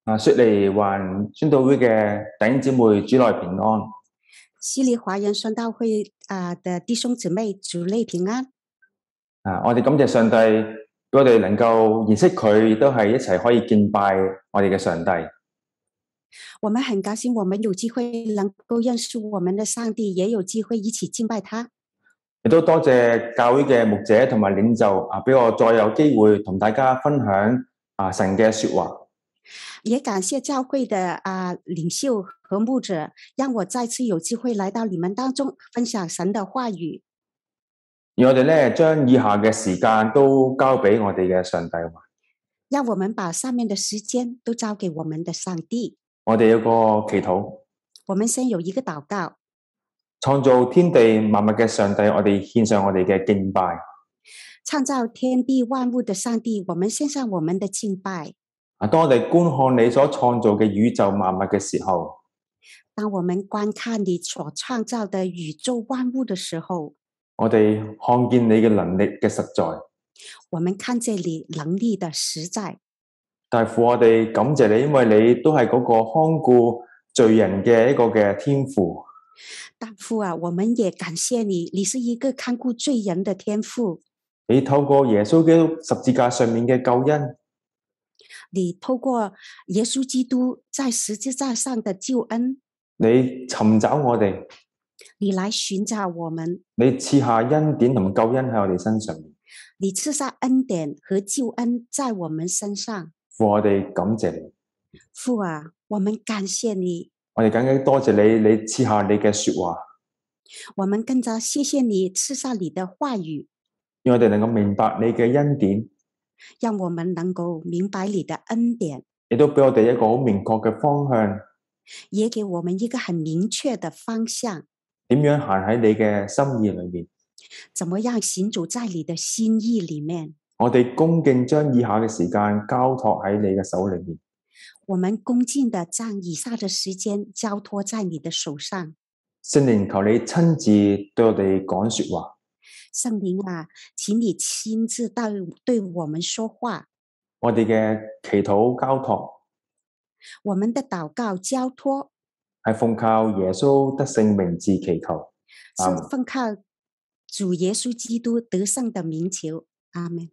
雪梨環宣道會嘅弟兄姊妹主內平安。 悉尼華人宣道會的弟兄姊妹主內平安。 我哋感謝上帝，俾我哋能夠認識佢，亦都係一齊可以敬拜我哋嘅上帝。 我們很高興，我們有機會能夠認識我們的上帝，也有機會一起敬拜他。 亦都多謝教會嘅牧者同埋領袖俾我再有機會同大家分享神嘅說話。 也感謝教會的領袖和牧者，讓我再次有機會來到你們當中分享神的話語。 而我哋咧將以下嘅時間都交俾我哋嘅上帝。 讓我們把上面的時間都交給我們的上帝。 我哋有個祈禱。 我們先有一個禱告。 創造天地萬物嘅上帝，我哋獻上我哋嘅敬拜。 創造天地萬物的上帝，我們獻上我們的敬拜。 當我哋觀看你所創造嘅宇宙萬物嘅時候， 當我們觀看你所創造的宇宙萬物的時候， 我哋看見你嘅能力嘅實在。 我們看見你能力的實在。 但係父，我哋感謝你，因為你都係嗰個看顧罪人嘅一個嘅天父。 但父我們也感謝你，你是一個看顧罪人的天父。 你透過耶穌基督十字架上面嘅救恩， 你透過耶穌基督在十字架上的救恩， 你尋找我哋， 你來尋找我們， 你賜下恩典同救恩喺我哋身上面， 你賜下恩典和救恩在我們身上。 父，我哋感謝你。 父我們感謝你。 我哋更加多謝你，你賜下你嘅說話。 我們更加謝謝你賜下你的話語， 讓我哋能夠明白你嘅恩典， 讓我們能夠明白你的恩典， 亦都俾我哋一個好明確嘅方向， 也給我們一個很明確的方向。 點樣行喺你嘅心意裏面？ 怎麼樣行走在你的心意裏面？ 我哋恭敬將以下嘅時間交託喺你嘅手裏面。 我們恭敬地將以下的時間交託在你的手上。 聖靈，求你親自對我哋講說話。 聖靈請你親自對我們說話。 我哋嘅祈禱交託， 我們的禱告交託， 係奉靠耶穌得勝名字祈求。 是奉靠主耶穌基督得勝的名求。阿們。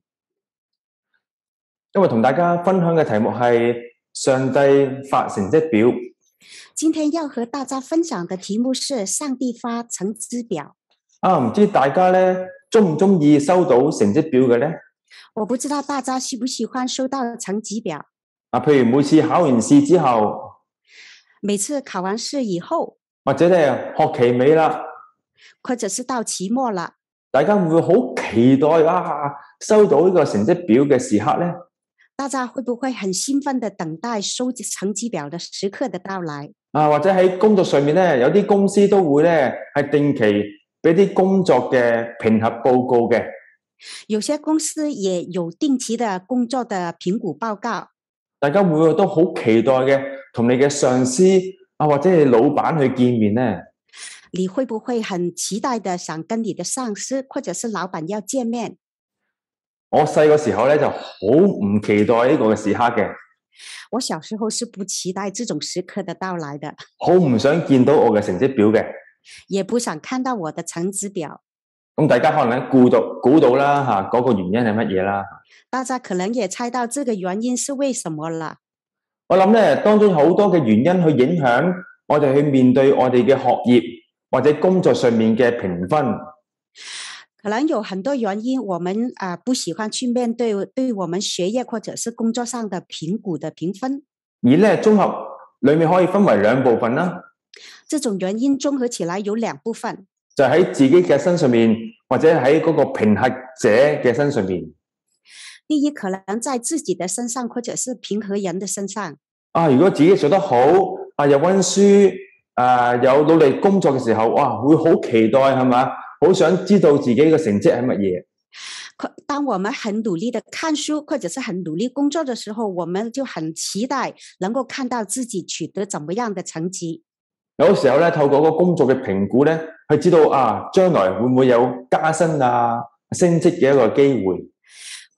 因為同大家分享嘅題目係上帝發成績表。 今天要和大家分享的題目是上帝發成績表。 唔知大家咧中唔中意收到成績表嘅咧？ 我不知道大家喜不喜歡收到成績表。 譬如每次考完試之後， 每次考完試以後， 或者咧學期尾啦， 或者是到期末啦， 大家會唔會好期待收到呢個成績表嘅時刻咧？ 大家會不會很興奮地等待收成績表的時刻的到來？ 或者喺工作上面咧，有啲公司都會咧係定期俾啲工作嘅評核報告嘅。 有些公司也有定期的工作的評估報告。 大家會唔會都好期待嘅，同你嘅上司或者你老闆去見面呢？ 你會不會很期待的想跟你的上司或者是老闆要見面？ 我細個時候咧就好唔期待呢個嘅時刻嘅。 我小時候是不期待這種時刻的到來的， 好唔想見到我嘅成績表嘅， 也不想看到我的成績表。 咁大家可能估到啦嗰個原因係乜嘢啦？ 大家可能也猜到這個原因是為什麼了。 我諗咧當中好多嘅原因去影響我哋去面對我哋嘅學業或者工作上面嘅評分。 可能有很多原因，我們不喜歡去面對我們學業或者是工作上的評估的評分。 而咧綜合裏面可以分為兩部分啦。 這種原因綜合起來有兩部分， 就喺自己嘅身上面，或者喺嗰個評核者嘅身上面。 第一，可能在自己的身上，或者是評核人的身上。 如果自己做得好，又溫書，有努力工作嘅時候，會好期待係嘛？好想知道自己嘅成績係乜嘢。 當我們很努力的看書，或者是很努力工作的時候，我們就很期待能夠看到自己取得怎麼樣的成績。 有時候咧，透過個工作嘅評估咧，去知道將來會唔會有加薪升職嘅一個機會。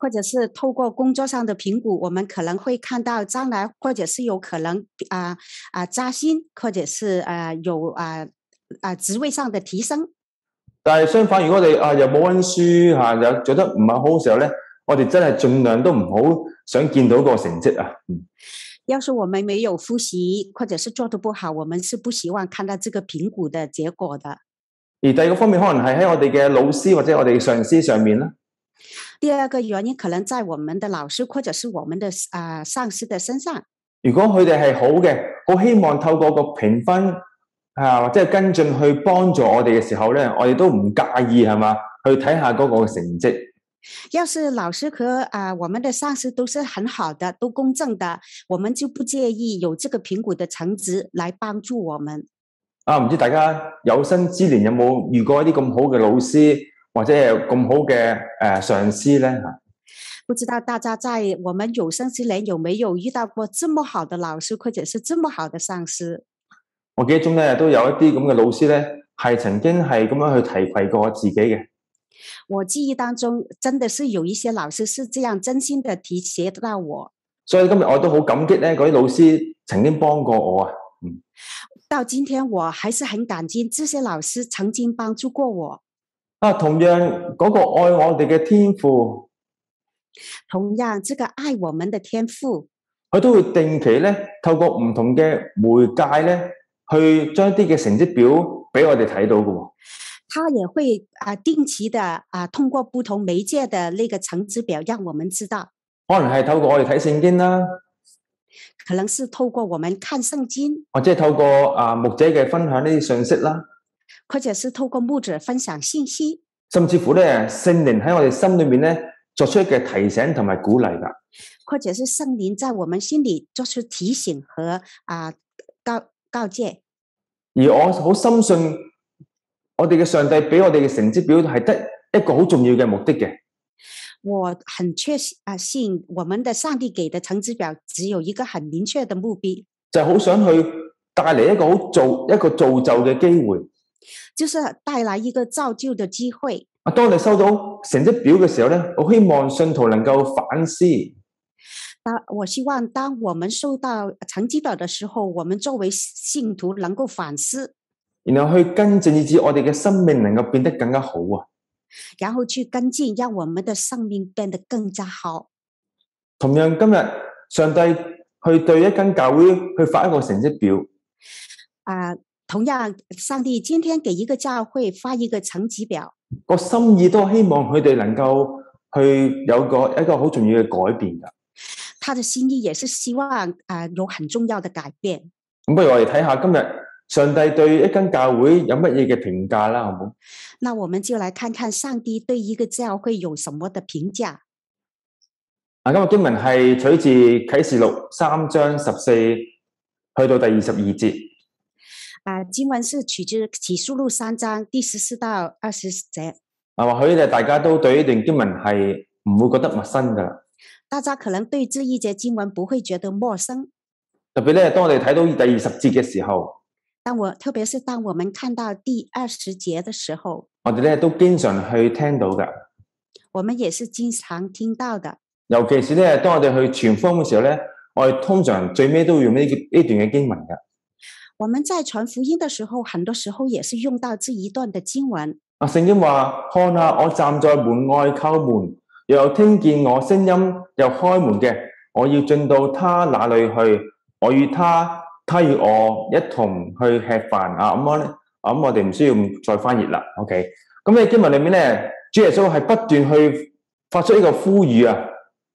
或者是透过工作上的评估，我们可能会看到将來，或者是有可能加薪，或者是有職位上的提升。 但係相反，如果我哋又冇温書又做得唔係好嘅時候咧，我哋真係盡量都唔好想見到個成績啊。 要是我們沒有複習，或者是做得不好，我們是不希望看到這個評估的結果的。 而第二個方面，可能係喺我哋嘅老師或者我哋嘅上司上面啦。 第二個原因可能在我們的老師或者是我們的上司的身上。 如果佢哋係好嘅，好希望透過個評分或者係跟進去幫助我哋嘅時候咧，我哋都唔介意係嘛，去睇下嗰個成績。 要是老師和我們的上司都是很好的，都公正的，我們就不介意有這個評估的層次來幫助我們。 唔知大家有生之年有冇遇過一啲咁好嘅老師或者係咁好嘅上司咧？ 不知道大家在我們有生之年有沒有遇到過這麼好的老師，或者是這麼好的上司？ 我記憶中咧都有一啲咁嘅老師咧，係曾經係咁樣去提攜過我自己嘅。 我記憶當中真的是有一些老師是這樣真心的提攜到我， 所以今日我都好感激咧嗰啲老師曾經幫過我啊。 到今天我還是很感激這些老師曾經幫助過我。 同樣嗰個愛我哋嘅天父， 同樣這個愛我們的天父， 佢都會定期咧透過唔同嘅媒介咧，去將一啲嘅成績表俾我哋睇到嘅。 他也會定期的通過不同媒介的那個成績表，讓我們知道。 可能係透過我哋睇聖經啦， 可能是透過我們看聖經， 或者係透過牧者嘅分享呢啲信息啦， 或者是透過牧者分享信息， 甚至乎咧聖靈喺我哋心裏面咧作出嘅提醒同埋鼓勵㗎， 或者是聖靈在我們心裏作出提醒和告誡。 而我好深信，我哋嘅上帝俾我哋嘅成績表係得一個好重要嘅目的嘅。 我很確信，我們的上帝給的成績表只有一個很明確的目的， 就係好想去帶嚟一個造就嘅機會， 就是帶來一個造就的機會。 當你收到成績表嘅時候咧，我希望信徒能夠反思。 我希望當我們收到成績表的時候，我們作為信徒能夠反思， 然後去跟進，以致我哋嘅生命能夠變得更加好啊！ 然後去跟進，讓我們的生命變得更加好。 同樣今日上帝去對一間教會去發一個成績表， 同樣上帝今天給一個教會發一個成績表， 個心意都希望佢哋能夠去有一個好重要嘅改變㗎。 他的心意也是希望有很重要的改變。 咁不如我哋睇下今日上帝對一間教會有乜嘢嘅評價啦，好唔好？ 那我們就來看看上帝對一個教會有什麼的評價。 今日經文係取自啟示錄3章14去到第22節。 經文是取自啟示錄3章第14到20節。 或許大家都對呢段經文係唔會覺得陌生㗎。 大家可能對這一節經文不會覺得陌生。 特別咧，當我哋睇到第20節嘅時候， 特別是當我們看到第20節的時候， 我哋咧都經常去聽到㗎。 我們也是經常聽到的。 尤其是咧，當我哋去傳福音嘅時候咧，我哋通常最尾都會用呢段嘅經文㗎。 我們在傳福音的時候，很多時候也是用到這一段的經文。 聖經話：看啊，我站在門外叩門，若有聽見我聲音又開門嘅，我要進到他那裏去，我與他，他與我一同去吃飯啊！咁我哋唔需要再翻譯啦。OK， 咁喺經文裏面咧，主耶穌係不斷去發出一個呼籲啊。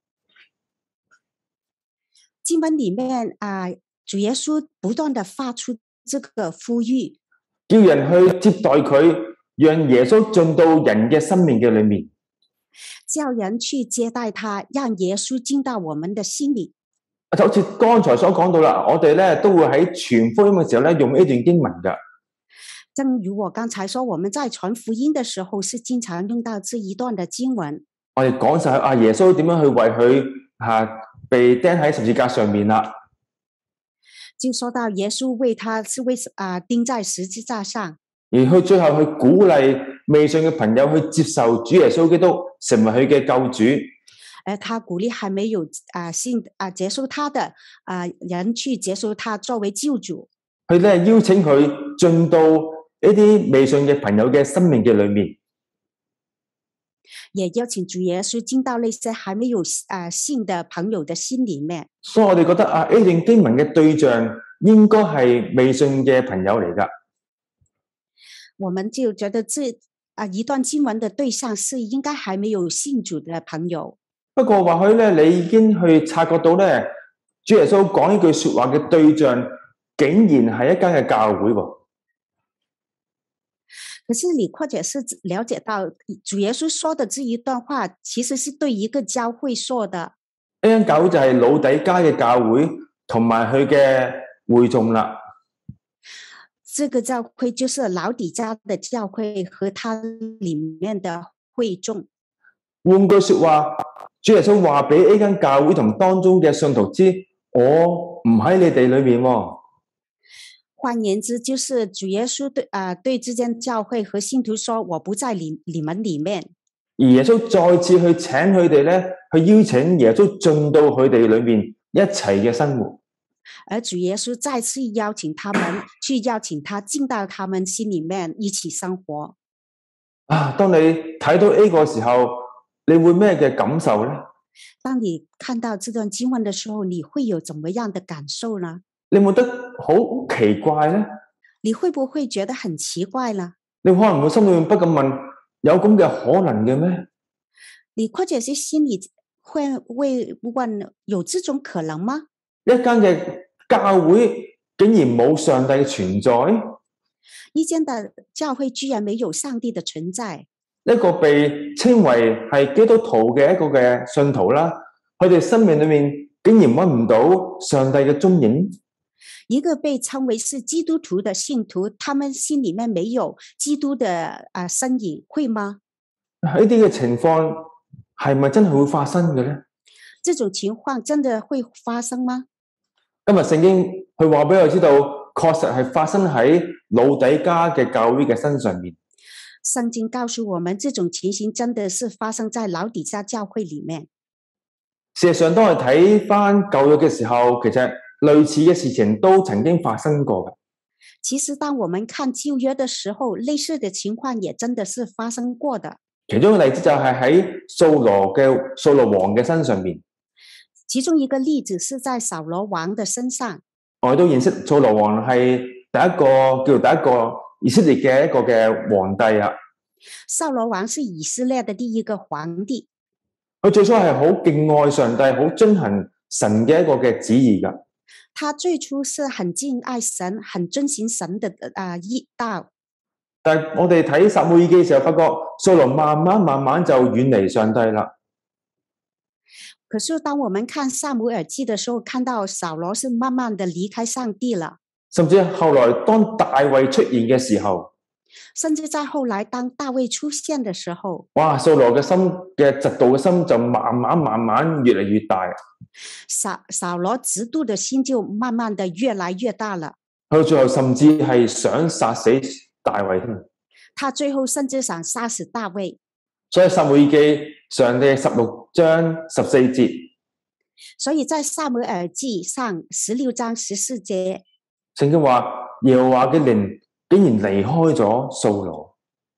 經文裡面主耶穌不斷地發出這個呼籲， 叫人去接待佢，讓耶穌進到人嘅生命嘅裏面。 叫人去接待他，讓耶穌進到我們的心裡。 就好似剛才所講到啦，我哋咧都會喺傳福音嘅時候咧用呢段經文㗎。 正如我剛才說，我們在傳福音的時候是經常用到這一段的經文。 我哋講晒耶穌點樣去為佢被釘喺十字架上面啦。 就說到耶穌為他是為釘在十字架上， 而去最後去鼓勵未信嘅朋友去接受主耶穌基督成為佢嘅救主。 而他鼓勵還沒有接受他的人去接受他作為救主， 佢咧邀請佢進到一啲未信嘅朋友嘅生命嘅裏面。 也邀請主耶穌進到那些還沒有信的朋友的心裡面。 所以我哋覺得呢段經文嘅對象應該係未信嘅朋友嚟㗎。 我們就覺得一段經文的對象是應該還沒有信主的朋友。 不過或許咧，你已經去察覺到咧，主耶穌講呢句説話嘅對象，竟然係一間嘅教會喎。 可是你或者是了解到主耶穌說的這一段話，其實是對一個教會說的。 呢間教會就係老底嘉嘅教會同埋佢嘅會眾啦。 這個教會就是老底嘉的教會和它裡面的會眾。 換句説話，主耶穌話俾呢間教會同當中嘅信徒知，我唔喺你哋裏面喎。 換言之，就是主耶穌對這間教會和信徒說，我不在你們裡面。 而耶穌再次去請佢哋咧，去邀請耶穌進到佢哋裏面一齊嘅生活。 而主耶穌再次邀請他們去邀請他進到他們心裡面一起生活。 當你睇到呢個時候，你會咩嘅感受呢？ 當你看到這段經文的時候，你會有怎麼樣的感受呢？ 你冇得好奇怪呢？ 你會不會覺得很奇怪呢？ 你可能會心裏面不禁問：有咁嘅可能嘅咩？ 你或者是心裡會問：有這種可能嗎？ 一間嘅教會竟然冇上帝嘅存在， 一間的教會居然沒有上帝的存在。 一個被稱為係基督徒嘅一個嘅信徒啦，佢哋生命裏面竟然揾唔到上帝嘅蹤影。 一個被稱為是基督徒的信徒，他們心裡面沒有基督的身影，會嗎？ 呢啲嘅情況係咪真係會發生嘅呢？ 這種情況真的會發生嗎？ 今日聖經佢話俾我知道，確實係發生喺老底嘉嘅教會嘅身上面。 聖經告訴我們，這種情形真的是發生在老底嘉教會裡面。 事實上，當我睇返舊約嘅時候，其實類似嘅事情都曾經發生過嘅。 其實當我們看舊約的時候，類似的情況也真的是發生過的。 其中嘅例子就係喺掃羅王嘅身上面。 其中一個例子是在掃羅王的身上。 我哋都認識掃羅王係第一個以色列嘅一個嘅皇帝啊。 掃羅王是以色列的第一個皇帝。 佢最初係好敬愛上帝，好遵行神嘅一個嘅旨意㗎。 他最初是很敬愛神，很遵行神的義道。 但係我哋睇撒母耳記嘅時候，發覺掃羅慢慢就遠離上帝啦。 可是當我們看撒母耳記的時候，看到掃羅是慢慢的離開上帝了。 甚至後來當大衛出現嘅時候， 甚至在後來當大衛出現的時候， 哇！掃羅嘅心嘅嫉妒嘅心就慢慢越嚟越大。 掃羅嫉妒的心就慢慢的越來越大了。 佢最後甚至係想殺死大衛添。 他最後甚至想殺死大衛。 所以撒母耳記上嘅16章14節， 所以在撒母耳記上16章14節， 聖經話耶和華嘅靈竟然離開咗掃羅。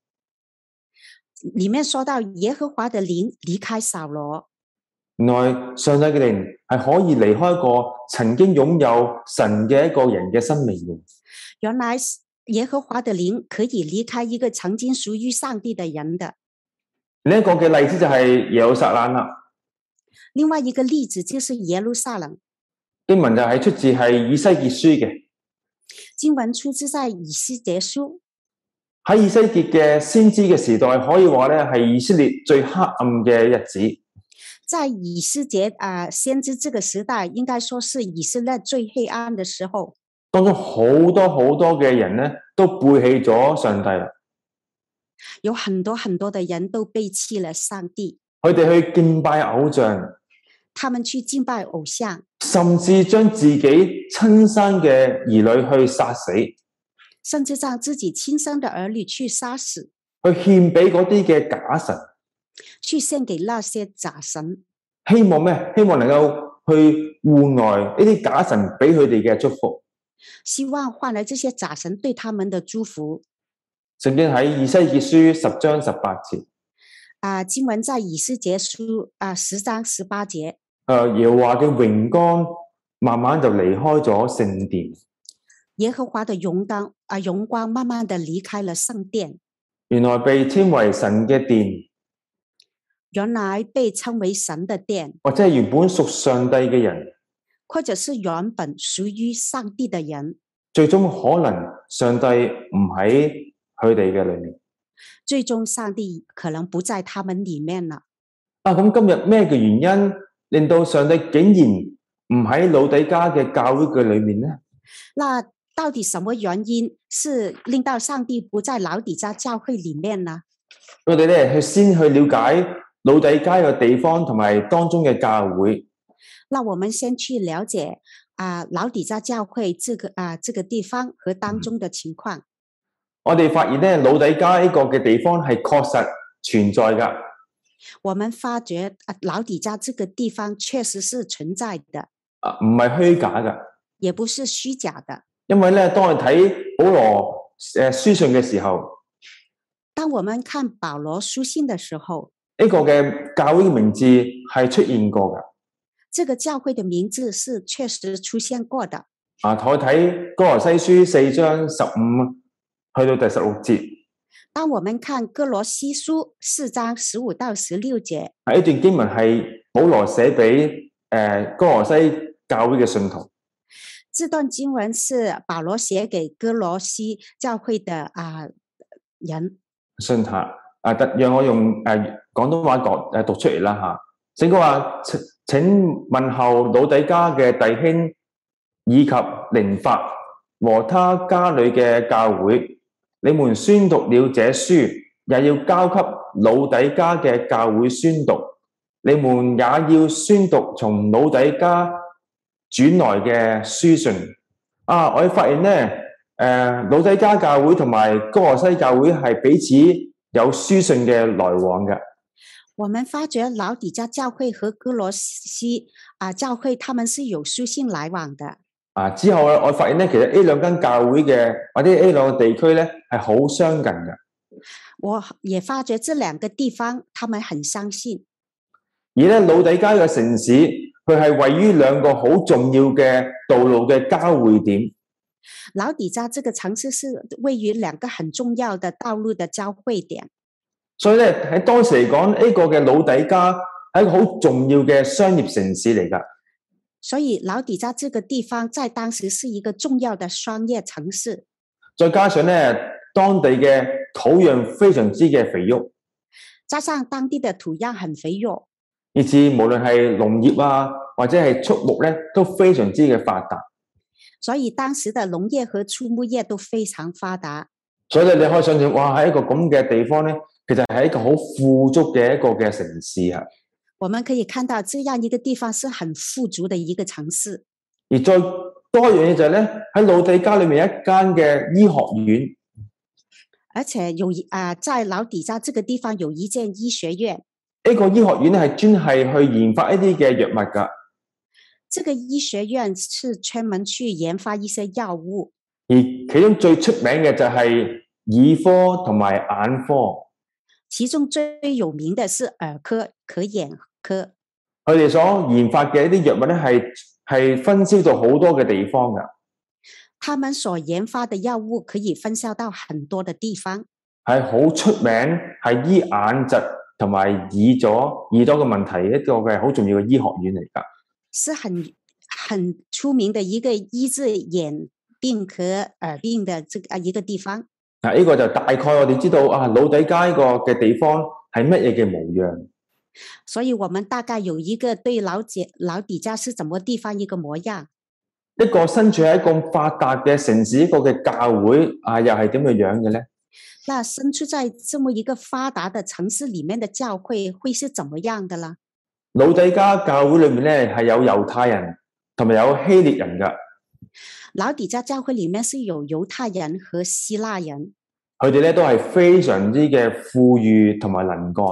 裡面說到耶和華的靈離開掃羅。 原來上帝嘅靈係可以離開一個曾經擁有神嘅一個人嘅生命嘅。原來耶和華的靈可以離開一個曾經屬於上帝的人的。 另一個嘅例子就係耶路撒冷啦。 另外一個例子就是耶路撒冷。 經文就係出自係以西結書嘅。 經文出自在以西結書。 喺以西結嘅先知嘅時代，可以話咧係以色列最黑暗嘅日子。 在以西結先知這個時代，應該說是以色列最黑暗的時候。 當中好多嘅人咧都背棄咗上帝啦。 有很多的人都背棄了上帝， 佢哋去敬拜偶像， 他們去敬拜偶像， 甚至將自己親生嘅兒女去殺死， 甚至將自己親生的兒女去殺死， 去獻俾嗰啲嘅假神， 去獻給那些假神。 希望咩？希望能夠去換來呢啲假神俾佢哋嘅祝福。 希望換來這些假神對他們的祝福。 聖經喺以西結書10章18節。 經文在以西結書10章18節。 耶和華嘅榮光慢慢就離開咗聖殿。 耶和華的榮光慢慢的離開了聖殿。 原來被稱為神嘅殿。 原來被稱為神的殿， 或者係原本屬上帝嘅人， 或者是原本屬於上帝的人， 最終可能上帝唔喺佢哋嘅裏面。 最終上帝可能不在他們裡面了。 咁今日咩嘅原因令到上帝竟然唔喺老底嘉嘅教會嘅裏面呢？ 那到底什麼原因是令到上帝不在老底嘉教會裡面呢？ 我哋咧先去了解老底嘉嘅地方同埋當中嘅教會。 那我們先去了解老底嘉教會這個地方和當中的情況。 我哋發現咧，老底嘉呢個嘅地方係確實存在噶。 我們發覺老底嘉這個地方確實是存在的， 唔係虛假噶， 也不是虛假的。 因為咧，當我哋睇保羅書信嘅時候， 當我們看保羅書信的時候， 呢個嘅教會嘅名字係出現過噶。 這個教會的名字是確實出現過的。 同我睇歌羅西書4章15去到第16節。 當我們看歌羅西書4章15到16節， 呢段經文係保羅寫俾歌羅西教會嘅信徒。 這段經文是保羅寫給歌羅西教會的人。信徒讓我用廣東話讀出嚟啦嚇。聖經話：請問候老底嘉嘅弟兄以及寧法和他家裏嘅教會。你們宣讀了這書，也要交給老底嘉嘅教會宣讀。你們也要宣讀從老底嘉轉來嘅書信。我哋發現咧，老底嘉教會同埋歌羅西教會係彼此有書信嘅來往嘅。 我們發覺老底嘉教會和歌羅西教會，他們是有書信來往的。 之後我發現咧，其實呢兩間教會嘅或者呢兩個地區咧係好相近嘅。 我也發覺這兩個地方，他們很相信。 而咧老底嘉嘅城市，佢係位於兩個好重要嘅道路嘅交匯點。 老底嘉這個城市是位於兩個很重要的道路的交匯點。 所以咧喺當時嚟講，呢個嘅老底嘉係一個好重要嘅商業城市嚟㗎。 所以老底嘉這個地方在當時是一個重要的商業城市。 再加上咧，當地嘅土壤非常之嘅肥沃， 加上當地的土壤很肥沃， 以至無論係農業或者係畜牧咧，都非常之嘅發達。 所以當時的農業和畜牧業都非常發達。 所以你可以想象，哇！喺一個咁嘅地方咧，其實係一個好富足嘅一個嘅城市啊。 我們可以看到這樣一個地方是很富足的一個城市。 而再多一樣嘢就係咧，喺老底嘉裏面一間嘅醫學院， 而且有在老底嘉這個地方有一間醫學院。 呢個醫學院咧係專係去研發一啲嘅藥物㗎。 這個醫學院是專門去研發一些藥物。 而其中最出名嘅就係耳科同埋眼科。 其中最有名的是耳科和眼科。 佢哋所研發嘅一啲藥物咧，係分銷到好多嘅地方㗎。 他們所研發的藥物可以分銷到很多的地方， 係好出名，係醫眼疾同埋耳朵嘅問題一個嘅好重要嘅醫學院嚟㗎。是很出名的一個醫治眼病和耳病的一個地方。 呢個就大概我哋知道老底嘉呢個嘅地方係乜嘢嘅模樣。 所以我們大概有一個對老底嘉是怎麼地方一個模樣。 一個身處喺咁發達嘅城市，一個嘅教會又係點嘅樣嘅咧？ 那身處在這麼一個發達的城市裡面的教會會是怎麼樣的啦？ 老底嘉教會裏面咧係有猶太人同埋有希臘人噶。 老底嘉教會裡面是有猶太人和希臘人， 佢哋咧都係非常之嘅富裕同埋能幹。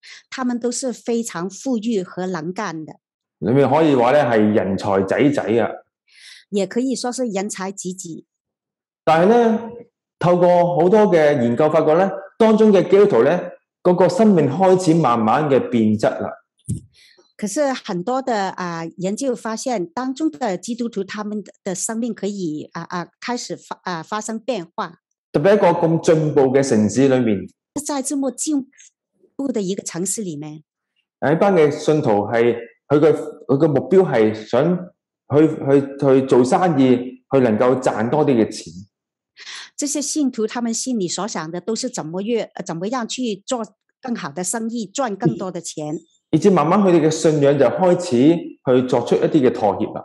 他們都是非常富裕和能幹的， 裏面可以話咧係人才仔仔啊！ 也可以說是人才濟濟。 但係咧，透過好多嘅研究發覺咧，當中嘅基督徒咧，嗰個生命開始慢慢嘅變質啦。 可是很多的研究發現，當中的基督徒他們的生命可以開始發生變化。 特別一個咁進步嘅城市裏面， 在這麼進步的一個城市裡面， 一班嘅信徒係佢嘅目標係想去做生意，去能夠賺多啲嘅錢。 這些信徒他們心裡所想的都是怎麼樣去做更好的生意，賺更多的錢。 以至慢慢佢哋嘅信仰就開始去作出一啲嘅妥協啦。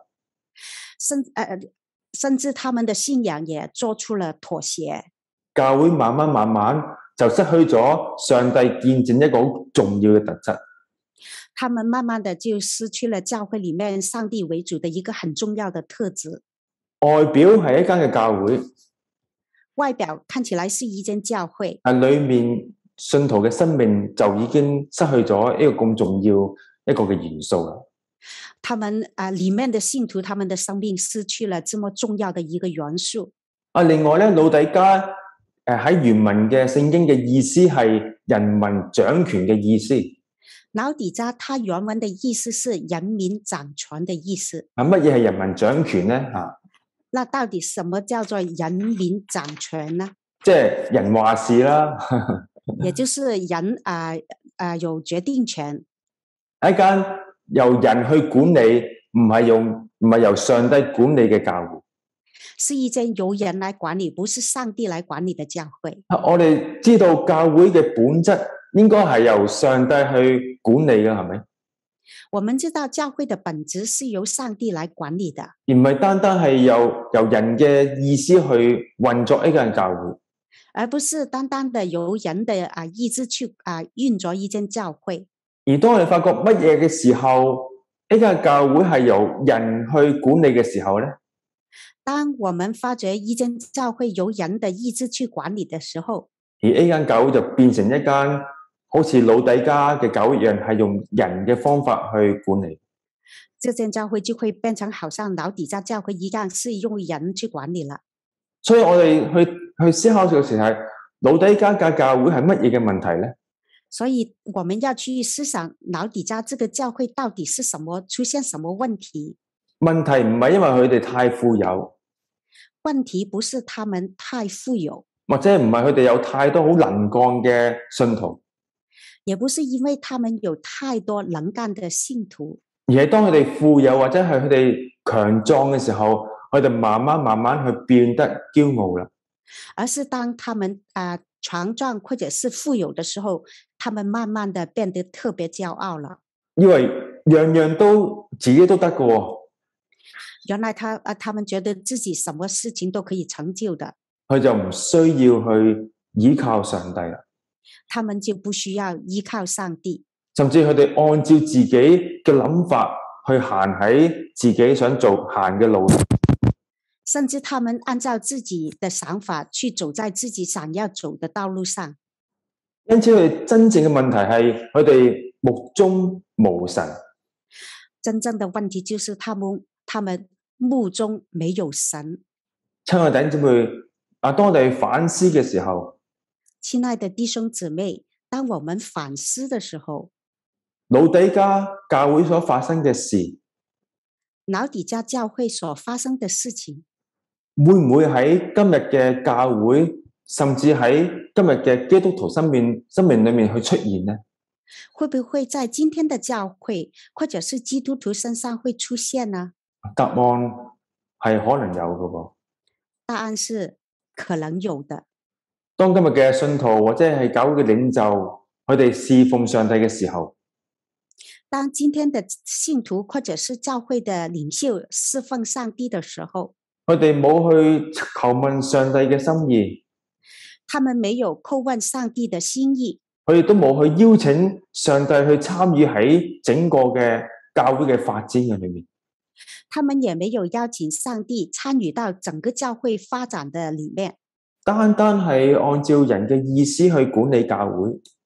甚至他們的信仰也做出了妥協。 教會慢慢就失去咗上帝見證一個好重要嘅特質。 他們慢慢的就失去了教會裡面上帝為主的一個很重要的特質。 外表係一間嘅教會， 外表看起來是一間教會， 但裡面信徒嘅生命就已經失去咗一個咁重要一個嘅元素啦。 他們裡面的信徒，他們的生命失去了這麼重要的一個元素。 另外咧，老底嘉喺原文嘅聖經嘅意思係人民掌權嘅意思。 老底嘉他原文的意思是人民掌權的意思。 乜嘢係人民掌權咧？ 那到底什麼叫做人民掌權呢？ 即係人話事啦。 也就是人有決定權， 一間由人去管理，唔係由上帝管理嘅教會， 是一間由人來管理，不是上帝來管理的教會。 我哋知道教會嘅本質應該係由上帝去管理嘅，係咪？ 我們知道教會的本質是由上帝來管理的， 而唔係單單係由人嘅意思去運作一間教會。 而不是單單的由人的意志去運作一間教會。 而當我哋發覺乜嘢嘅時候，一間教會係由人去管理嘅時候咧， 當我們發覺一間教會由人的意志去管理的時候， 而呢間教會就變成一間好似老底嘉嘅教會一樣，係用人嘅方法去管理。 這間教會就會變成好像老底嘉教會一樣，是用人去管理了。 所以我哋去思考嘅時候係老底嘉嘅教會係乜嘢嘅問題咧？ 所以我們要去思想老底嘉這個教會到底是什麼，出現什麼問題？ 問題唔係因為佢哋太富有， 問題不是他們太富有， 或者唔係佢哋有太多好能幹嘅信徒， 也不是因為他們有太多能幹的信徒， 而係當佢哋富有或者係佢哋強壯嘅時候，佢哋慢慢去變得驕傲啦。 而是當他們強壯或者是富有的時候，他們慢慢的變得特別驕傲了。 因為樣樣都自己都得嘅喎。 原來他們覺得自己什麼事情都可以成就的， 佢就唔需要去依靠上帝啦。 他們就不需要依靠上帝， 甚至佢哋按照自己嘅諗法去行喺自己想行嘅路。 甚至他們按照自己的想法去走在自己想要走的道路上。 因此佢哋真正嘅問題係佢哋目中無神。 真正的問題就是他們目中沒有神。 親愛的弟兄姊妹，當我哋反思嘅時候， 親愛的弟兄姊妹，當我們反思的時候， 老底嘉教會所發生嘅事， 老底嘉教會所發生的事情， 會唔會喺今日嘅教會，甚至喺今日嘅基督徒生命裏面去出現呢？ 會不會在今天的教會或者是基督徒身上會出現呢？ 答案係可能有嘅噃。 答案是可能有的。 當今日嘅信徒或者係教會嘅領袖，佢哋侍奉上帝嘅時候， 當今天的信徒或者是教會的領袖侍奉上帝的時候， 佢哋冇去求問上帝嘅心意， 他們沒有叩問上帝的心意， 佢哋都冇去邀請上帝去參與喺整個嘅教會嘅發展嘅裏面。 他們也沒有邀請上帝參與到整個教會發展的裡面。 單單係按照人嘅意思去管理教會，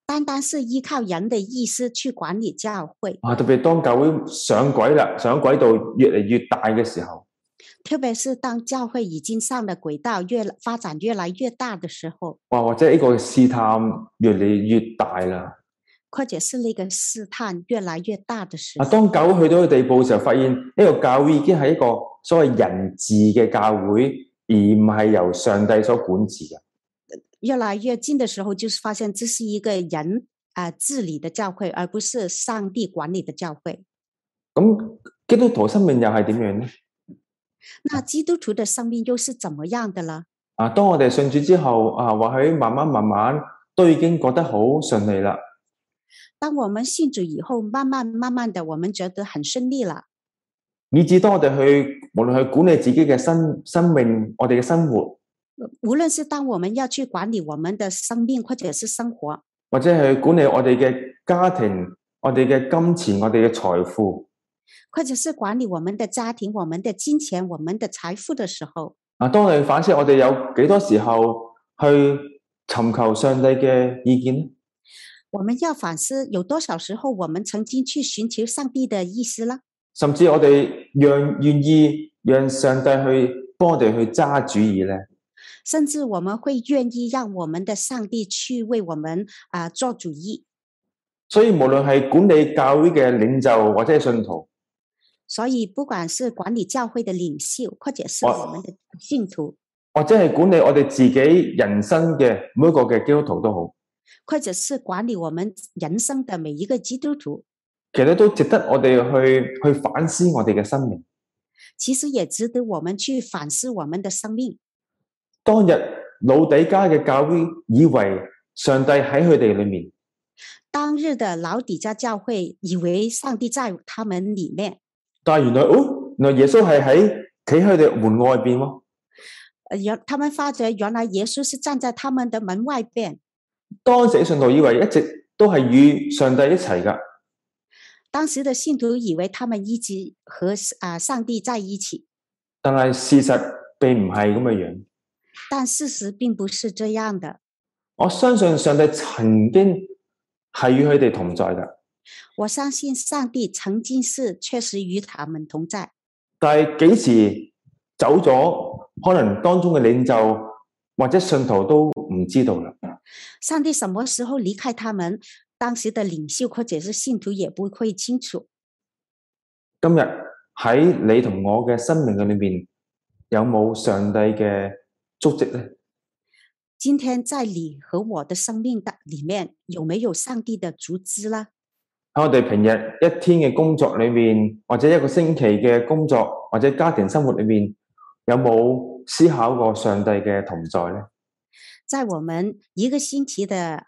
單單是依靠人的意思去管理教會， 特別當教會上軌啦，上軌道越嚟越大嘅時候， 特別是當教會已經上了軌道，發展越來越大的時候， 或者呢個試探越嚟越大啦。 或者是那個試探越來越大的時候， 當教會去到一個地步嘅時候，發現呢個教會已經係一個所謂人治嘅教會，而唔係由上帝所管治嘅。 越來越近的時候，就是發現這是一個人治理的教會，而不是上帝管理的教會。 咁基督徒生命又係點樣呢？ 那基督徒的生命又是怎麼樣的呢？ 當我哋信主之後，或許慢慢都已經覺得好順利啦。 當我們信主以後，慢慢的，我們覺得很順利了。 以至當我哋無論去管理自己嘅生命，我哋嘅生活， 無論是當我們要去管理我們的生命或者是生活， 或者係管理我哋嘅家庭、我哋嘅金錢、我哋嘅財富， 或者是管理我們的家庭、我們的金錢、我們的財富的時候， 當我哋反思我哋有幾多時候去尋求上帝嘅意見呢？ 我們要反思有多少時候我們曾經去尋求上帝的意思呢？ 甚至我哋願意讓上帝去幫我哋去揸主意呢？ 甚至我們會願意讓我們的上帝去為我們做主意。 所以無論係管理教會嘅領袖或者係信徒， 所以不管是管理教會的領袖，或者是我們的信徒， 或者係管理我哋自己人生嘅每一個嘅基督徒都好， 或者是管理我們人生的每一個基督徒， 其實都值得我哋去反思我哋嘅生命。 其實也值得我們去反思我們的生命。 當日老底嘉嘅教會以為上帝喺佢哋裏面， 當日的老底嘉教會以為上帝在他們裏面， 但係原來耶穌係企喺佢哋門外邊喎。 他們發覺原來耶穌是站在他們的門外邊。 當時嘅信徒以為一直都係與上帝一齊㗎。 當時的信徒以為他們一直和上帝在一起， 但係事實並唔係咁嘅樣。 但事實並不是這樣的。 我相信上帝曾經係與佢哋同在㗎。 我相信上帝曾經是確實與他們同在。 但係幾時走咗，可能當中嘅領袖或者信徒都唔知道啦。 上帝什麼時候離開他們，當時的領袖或者是信徒也不會清楚。 今日喺你同我嘅生命嘅裏面，有冇上帝嘅足跡呢？ 今天在你和我的生命的裏面，有沒有上帝的足跡呢？ 喺我哋平日一天嘅工作裏面，或者一個星期嘅工作，或者家庭生活裏面，有冇思考過上帝嘅同在呢？ 在我們一個星期的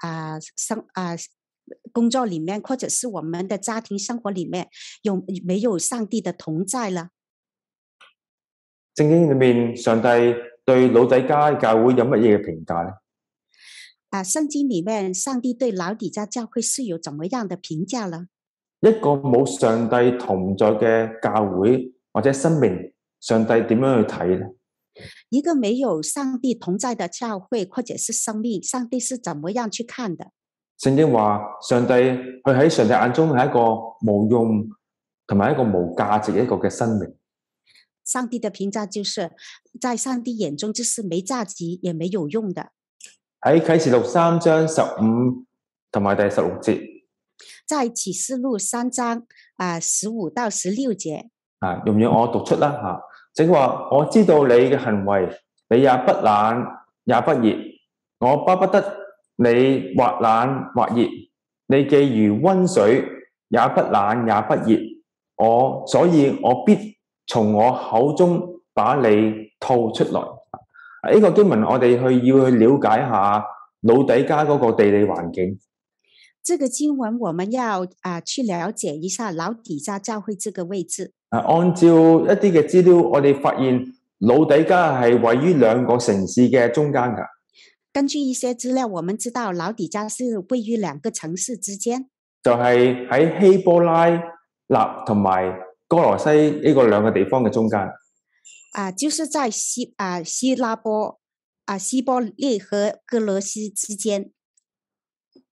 工作裏面，或者是我們的家庭生活裏面，有沒有上帝的同在呢？ 聖經裏面，上帝對老底嘉教會有乜嘢嘅評價呢？ 聖經裏面，上帝對老底嘉教會是有怎麼樣的評價呢？ 一個冇上帝同在嘅教會或者生命，上帝點樣去睇呢？ 一個沒有上帝同在的教會或者是生命，上帝是怎麼樣去看的？ 聖經話，上帝佢喺上帝眼中係一個無用同埋一個無價值一個嘅生命。 上帝的評價就是在上帝眼中就是沒價值也沒有用的。 喺啟示錄3章15同埋第16節， 在啟示錄3章15到16節， 容唔容我讀出啦？即係話，我知道你嘅行為，你也不冷也不熱，我巴不得你或冷或熱，你既如溫水，也不冷也不熱，所以我必從我口中把你吐出來。呢個經文我哋要去了解下老底嘉嗰個地理環境。 這個經文我們要去了解一下老底嘉教會這個位置。 按照一啲嘅資料，我哋發現老底嘉係位於兩個城市嘅中間㗎。 根據一些資料，我們知道老底嘉是位於兩個城市之間， 就係喺希波拉納同埋哥羅西呢個兩個地方嘅中間。 就是在希波利和哥羅西之間。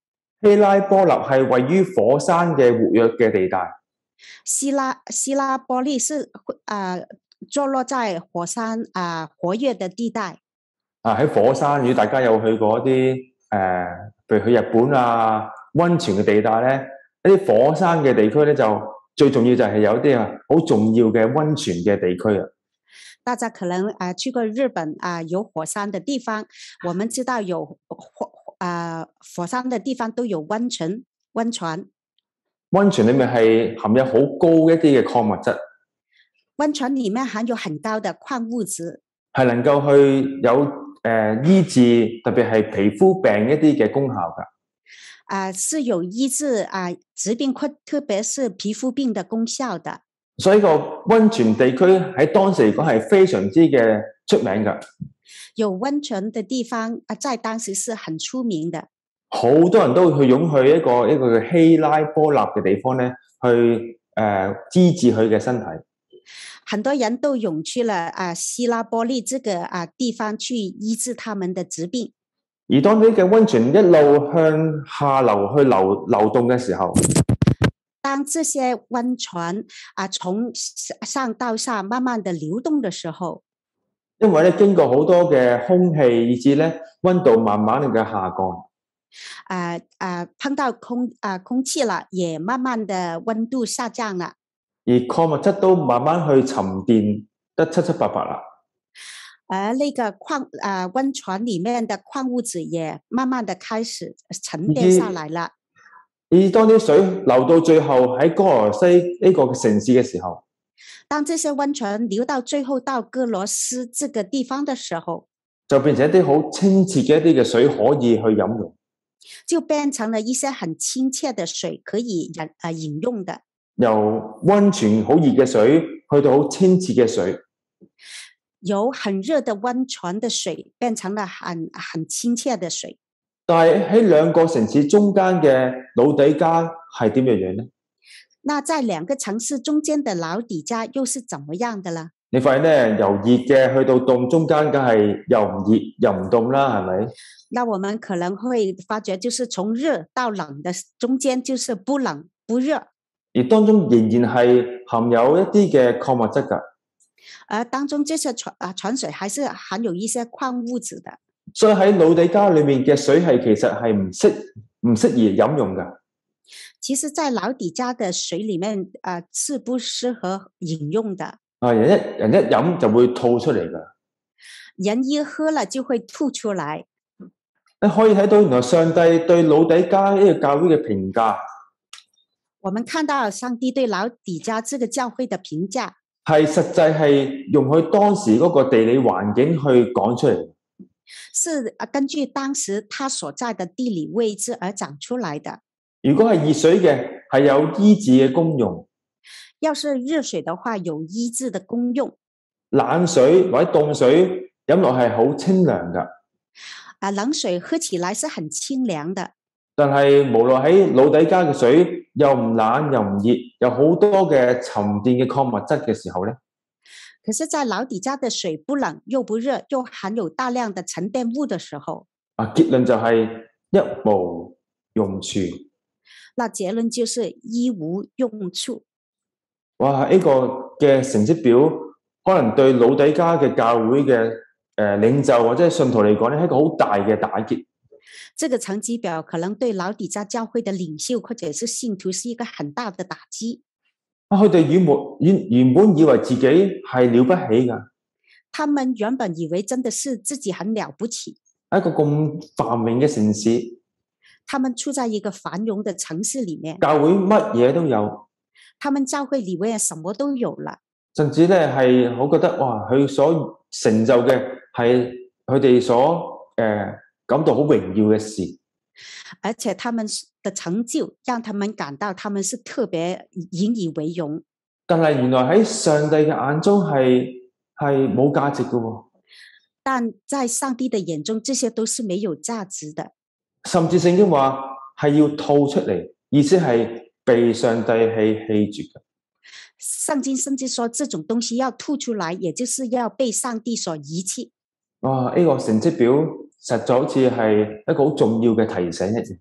希拉波立係位於火山嘅活躍嘅地帶。 希拉波利是坐落在火山活躍的地帶。 喺火山，如果大家有去過一啲譬如去日本溫泉嘅地帶咧，一啲火山嘅地區咧，就最重要就係有啲好重要嘅溫泉嘅地區。 大家可能去過日本有火山的地方，我們知道有火山的地方都有溫泉。溫泉裏面係含有好高一啲嘅礦物質。 溫泉裏面含有很高的礦物質，係能夠去有醫治，特別係皮膚病一啲嘅功效㗎。 是有醫治疾病，特別是皮膚病的功效的。 所以個溫泉地區喺當時嚟講係非常之嘅出名㗎。 有溫泉的地方在當時是很出名的。 好多人都會去湧去一個叫希拉波立嘅地方咧，去醫治佢嘅身體。 很多人都湧去了希拉波利這個地方去醫治他們的疾病。 而當呢嘅溫泉一路向下流去流動嘅時候， 當這些溫泉從上到下慢慢的流動的時候， 因為咧經過好多嘅空氣，以致咧溫度慢慢嘅下降。 碰到空氣了，也慢慢的溫度下降了。 而礦物質都慢慢去沉澱得七七八八啦。 那個溫泉裡面的礦物質也慢慢的開始沉澱下來了。 而當啲水流到最後喺哥羅西呢個城市嘅時候， 當這些溫泉流到最後到哥羅斯這個地方的時候， 就變成一啲好清澈嘅一啲嘅水可以去飲用， 就變成了一些很清澈的水可以飲用的。 由溫泉好熱嘅水去到好清澈嘅水， 由很熱的溫泉的水變成了很清澈的水。 但係喺兩個城市中間嘅老底加係點樣呢？ 那在兩個城市中間的老底加又是怎麼樣的呢？ 你發現咧，由熱嘅去到凍中間，梗係又唔熱又唔凍啦，係咪？ 那我們可能會發覺，就是從熱到冷的中間，就是不冷不熱。 而當中仍然係含有一啲嘅礦物質㗎。 而當中這些泉水還是含有一些礦物質的。 所以喺老底加裏面嘅水係其實係唔適宜飲用㗎。 其實，在老底加的水裡面是不適合飲用的。 人一飲就會吐出嚟㗎。 人一喝了就會吐出來。 你可以睇到原來上帝對老底加呢個教會嘅評價。 我們看到上帝對老底加這個教會的評價， 係實際係用佢當時嗰個地理環境去講出嚟。 是根據當時他所在的地理位置而講出來的。 如果係熱水嘅，係有醫治嘅功用。 要是熱水的話，有醫治的功用。 冷水或者凍水飲落係好清涼㗎。 冷水喝起來是很清涼的。 但係無論喺老底加嘅水又唔冷又唔熱，有好多嘅沉澱嘅礦物質嘅時候咧， 可是在老底加的水不冷又不熱，又含有大量的沉澱物的時候， 結論就係一無用處。 那結論就是一無用處。 哇！呢個嘅成績表可能對老底加嘅教會嘅領袖或者信徒嚟講咧，係一個好大嘅打擊。 這個成績表可能對老底加教會的領袖或者是信徒是一個很大的打擊。 佢哋原本以為自己係了不起㗎。 他們原本以為真的是自己很了不起。 一個咁繁榮嘅城市， 他們處在一個繁榮的城市裡面， 教會乜嘢都有。 他們教會裡面什麼都有了。 甚至咧係我覺得哇，佢所成就嘅係佢哋所感到好榮耀嘅事， 而且他們的成就讓他們感到他們是特別引以為榮。 但係原來喺上帝嘅眼中係冇價值嘅喎。 但在上帝的眼中，這些都是沒有價值的。 甚至聖經話係要吐出嚟，意思係被上帝棄絕嘅。 聖經甚至說，這種東西要吐出來，也就是要被上帝所遺棄。 哇！呢個成績表實在好似係一個好重要嘅提醒一樣。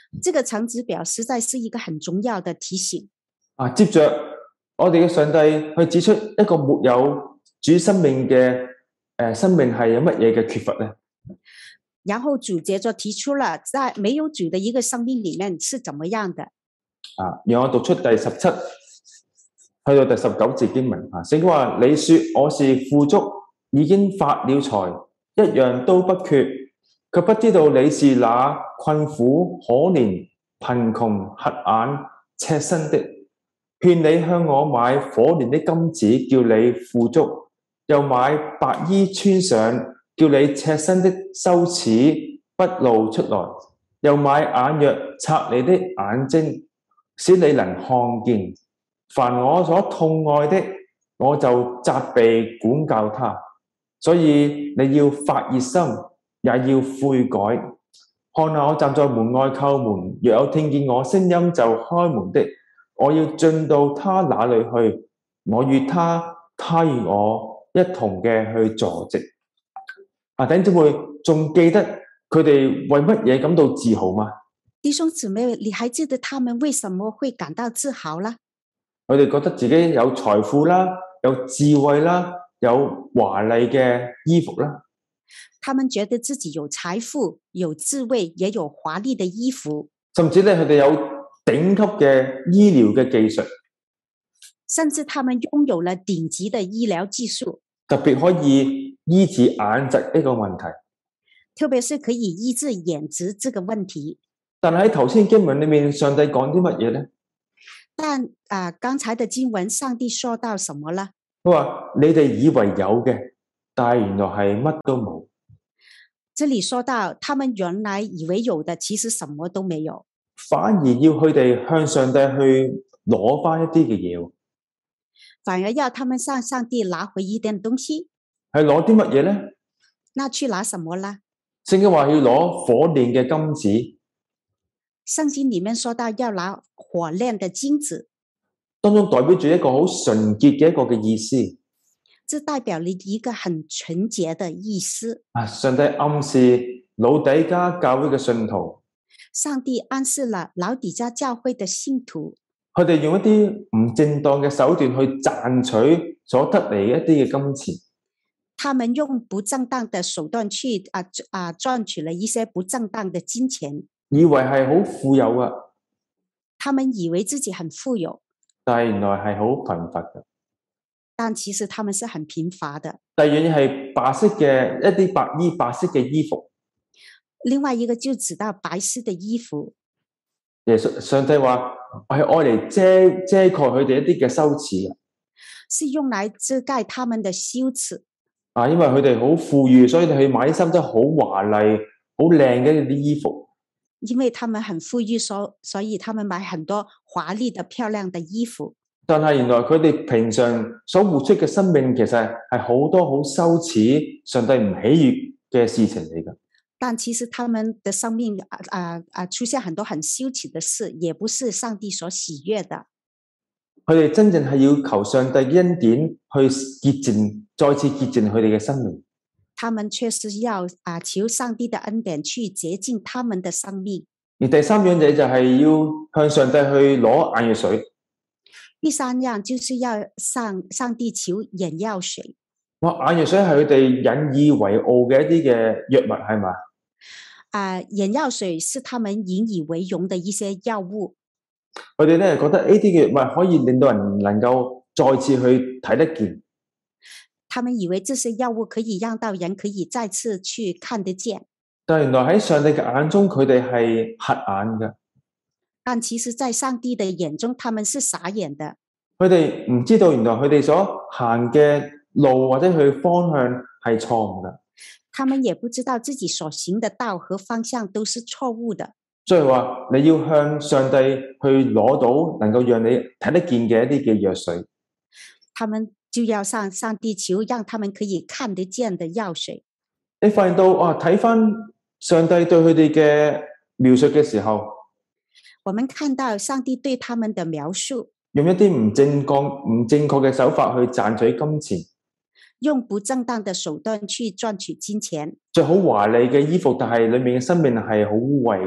這個橙子表實在是一個很重要的提醒。 接着我哋嘅上帝去指出一個沒有主生命嘅生命係有乜嘢嘅缺乏呢？ 然後主接着提出了在沒有主的一個生命裏面是怎麼樣的。 讓我讀出第17去到第19節經文。聖經話：你說我是富足，已經發了財，一樣都不缺，卻不知道你是那困苦、可憐、貧窮、瞎眼、赤身的。勸你向我買火煉的金子，叫你富足；又買白衣穿上，叫你赤身的羞恥不露出來；又買眼藥擦你的眼睛，使你能看見。凡我所痛愛的，我就責備管教他。所以你要發熱心，也要悔改。看下我站在門外叩門，若有聽見我聲音就開門的，我要進到他那裏去，我與他，他與我一同嘅去坐席。弟兄姊妹，仲記得佢哋為乜嘢感到自豪嗎？ 弟兄姊妹，你還記得他們為什麼會感到自豪啦？ 佢哋覺得自己有財富啦，有智慧啦，有華麗嘅衣服啦。 他們覺得自己有財富、有智慧，也有華麗的衣服。 甚至咧，佢哋有頂級嘅醫療嘅技術。 甚至他們擁有了頂級的醫療技術， 特別可以醫治眼疾呢個問題。 特別是可以醫治眼疾這個問題。 但喺頭先經文裏面，上帝講啲乜嘢呢？ 但剛才的經文，上帝說到什麼呢？ 佢話你哋以為有嘅，但係原來係乜都冇。 這裡說到，他們原來以為有的，其實什麼都沒有， 反而要佢哋向上帝去攞翻一啲嘅嘢。 反而要他們向上帝拿回一點東西。 係攞啲乜嘢呢？ 那去拿什麼呢？ 聖經話要攞火煉嘅金子。 聖經裡面說到要拿火煉的金子， 當中代表住一個好純潔嘅一個嘅意思。 這代表了一個很純潔的意思。 上帝暗示老底嘉教會嘅信徒， 上帝暗示了老底嘉教會的信徒， 佢哋用一啲唔正當嘅手段去賺取所得嚟一啲嘅金錢。 他們用不正當的手段去賺取了一些不正當的金錢， 以為係好富有啊！ 他們以為自己很富有， 但係原來係好貧乏嘅。 但其實他們是很貧乏的。 第二樣嘢係白色嘅一啲白衣、白色嘅衣服。 另外一個就指到白色的衣服。 耶穌上帝話係愛嚟遮蓋佢哋一啲嘅羞恥， 是用來遮蓋他們的羞恥。 因為佢哋好富裕，所以佢買啲衫真係好華麗、好靚嘅一啲衣服。 因為他們很富裕，所以他們買很多華麗的、漂亮的衣服。但係原來佢哋平常所活出嘅生命，其實係好多好羞恥、上帝唔喜悅嘅事情嚟㗎。 但其實他們的生命出現很多很羞恥的事，也不是上帝所喜悅的。佢哋真正係要求上帝恩典去潔淨，再次潔淨佢哋嘅生命。 他們確實要求上帝的恩典去潔淨他們的生命。 而第三樣嘢就係要向上帝去攞眼藥水。 第三樣就是要向上帝求眼藥水。 眼藥水係佢哋引以為傲嘅一啲嘅藥物，係嘛？ 眼藥水是他們引以為榮的一些藥物。 佢哋咧覺得呢啲嘅藥物可以令到人能夠再次去睇得見。 他們以為這些藥物可以讓到人可以再次去看得見。 但原來喺上帝嘅眼中，佢哋係瞎眼嘅。 但其實在上帝的眼中，他們是傻眼的。 佢哋唔知道原來佢哋所行嘅路或者佢方向係錯誤嘅。 他們也不知道自己所行的道和方向都是錯誤的。 所以話你要向上帝去攞到能夠讓你睇得見嘅一啲嘅藥水。 他們就要向上帝求，讓他們可以看得見的藥水。 你發現到睇返上帝對佢哋嘅描述嘅時候， 我們看到上帝對他們的描述， 用一啲唔正確嘅手法去賺取金錢， 用不正當的手段去賺取金錢， 着好華麗嘅衣服，但係裏面嘅生命係好污穢㗎。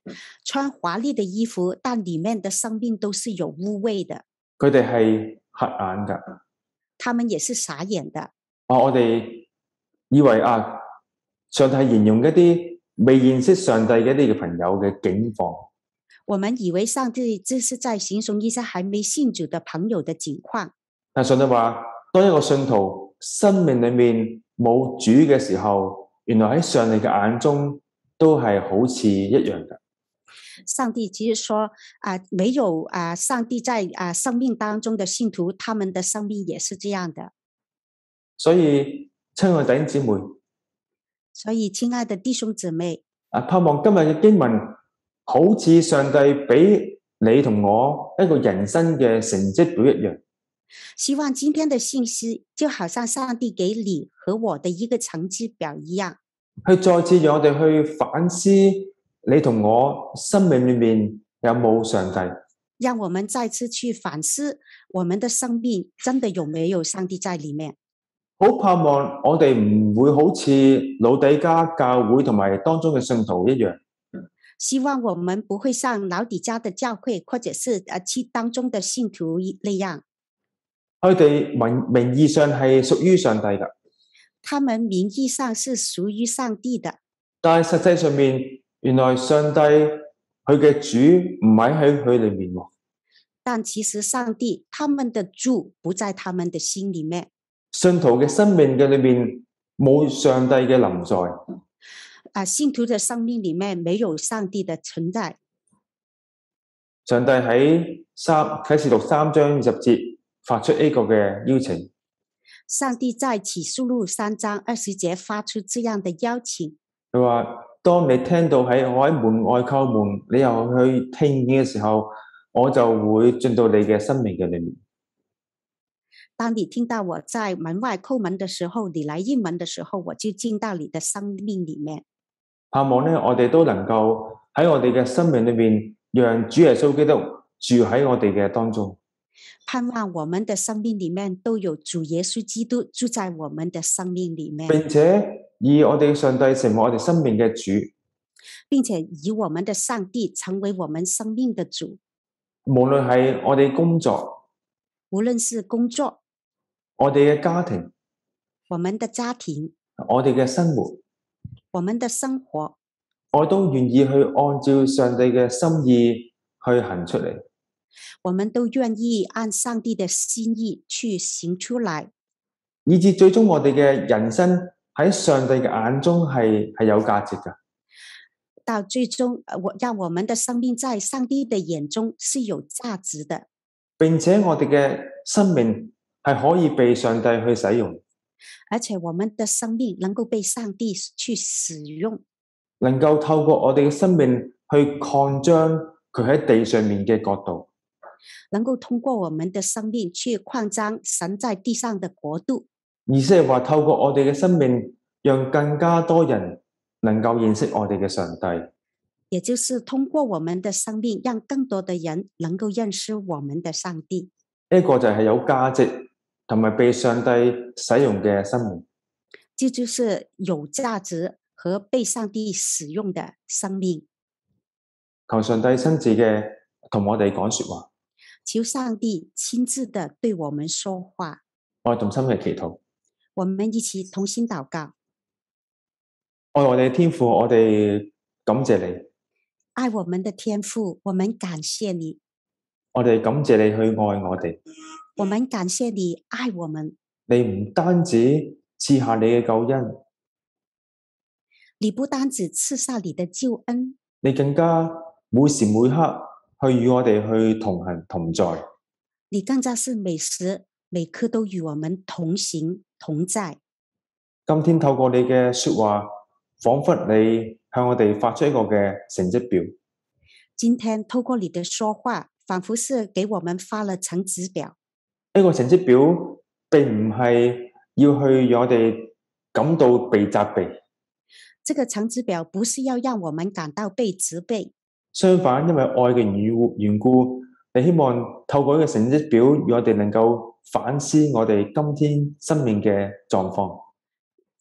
穿華麗的衣服，但裡面的生命都是有污穢的。 佢哋係瞎眼㗎。 他們也是傻眼的。 我哋以為上帝係形容一啲未認識上帝嘅一啲嘅朋友嘅境況。 我們以為上帝這是在形容一些還沒信主的朋友的境況。 但上帝話，當一個信徒生命裏面冇主嘅時候，原來喺上帝嘅眼中都係好似一樣嘅。 上帝其實說沒有上帝在生命當中的信徒，他們的生命也是這樣的。 所以親愛弟兄姊妹， 所以親愛的弟兄姊妹， 盼望今日嘅經文好似上帝俾你同我一個人生嘅成績表一樣。 希望今天的信息就好像上帝給你和我的一個成績表一樣， 去再次讓我哋去反思你同我生命裏面有冇上帝。 讓我們再次去反思我們的生命真的有沒有上帝在裡面。 好盼望我哋唔會好似老底嘉教會同埋當中嘅信徒一樣。 希望我們不會像老底嘉的教會或者是當中的信徒那樣。 佢哋名義上係屬於上帝嘅， 他們名義上是屬於上帝的， 但係實際上面，原來上帝佢嘅主唔喺佢裏面喎。 但其實上帝他們的主不在他們的心裡面。 信徒嘅生命嘅裏面冇上帝嘅臨在。 信徒的生命裡面沒有上帝的存在。 上帝喺啟示錄3章20節發出呢個嘅邀請。 上帝在啟示錄3章20節發出這樣的邀請。 佢話：當你聽到我喺門外叩門，你又去聽見嘅時候，我就會進到你嘅生命嘅裏面。 當你聽到我在門外叩門的時候，你來應門的時候，我就進到你的生命裡面。 盼望呢，我哋都能夠喺我哋嘅生命裏面，讓主耶穌基督住喺我哋嘅當中。 盼望我們的生命裡面都有主耶穌基督住在我們的生命裡面， 並且以我哋嘅上帝成為我哋生命嘅主， 並且以我們的上帝成為我們生命的主。 無論係我哋工作， 無論是工作， 我哋嘅家庭， 我們的家庭， 我哋嘅生活， 我們的生活， 我都願意去按照上帝嘅心意去行出嚟。 我們都願意按上帝的心意去行出來， 以至最終我哋嘅人生喺上帝嘅眼中係有價值嘅。 到最終，讓我們的生命在上帝的眼中是有價值的， 並且我哋嘅生命係可以被上帝去使用， 而且我們的生命能夠被上帝去使用， 能夠透過我哋嘅生命去擴張佢喺地上面嘅國度， 能夠通過我們的生命去擴張神在地上的國度。 意思係話透過我哋嘅生命，讓更加多人能夠認識我哋嘅上帝， 也就是通過我們的生命，讓更多的人能夠認識我們的上帝。 呢個就係有價值同埋被上帝使用嘅生命。 這就是有價值和被上帝使用的生命。 求上帝親自嘅同我哋講說話， 求上帝親自的對我們說話。 我哋同心嘅祈禱， 我們一起同心禱告。 愛我哋嘅天父，我哋感謝你。 愛我們的天父，我們感謝你。 我哋感謝你去愛我哋。 我們感謝你愛我們。 你唔單止賜下你嘅救恩， 你不單止賜下你的救恩， 你更加每時每刻去與我哋去同行同在。 你更加是每時每刻都與我們同行同在。 今天透過你嘅說話，仿佛你向我哋發出一個嘅成績表。 今天透過你的說話，仿佛是給我們發了成績表。 呢個成績表並唔係要去讓我哋感到被責備。 這個成績表不是要讓我們感到被責備， 相反，因為愛嘅緣故，你希望透過呢個成績表，讓我哋能夠反思我哋今天生命嘅狀況。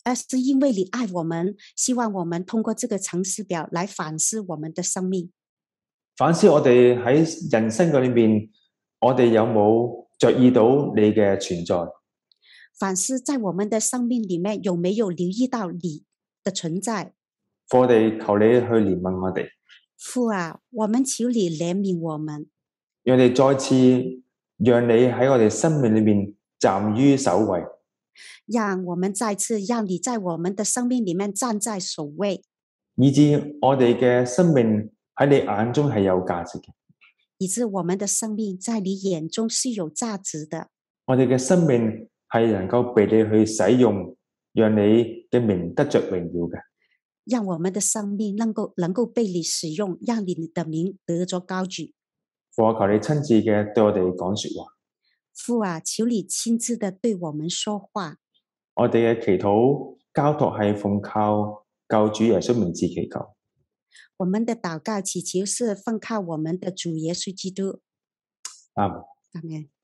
而是因為你愛我們，希望我們通過這個陳詞表來反思我們的生命， 反思我哋喺人生嘅裏面，我哋有冇着意到你嘅存在？ 反思在我們的生命裡面有沒有留意到你的存在。 父，我哋求你去憐憫我哋， 父啊，我們求你憐憫我們， 讓你再次讓你喺我哋生命裏面站於首位， 讓我們再次讓你在我們的生命裡面站在首位， 以致我哋嘅生命喺你眼中係有價值嘅。 以致我們的生命在你眼中是有價值的。 我哋嘅生命係能夠被你去使用，讓你嘅名得着榮耀嘅。 讓我們的生命能夠被你使用，讓你的名得着高舉。 父，我求你親自嘅對我哋講說話。 父啊，求你親自的對我們說話。 我哋嘅祈禱交託係奉靠救主耶穌名字祈求。 我們的禱告祈求是奉靠我們的主耶穌基督。 阿門。 阿門。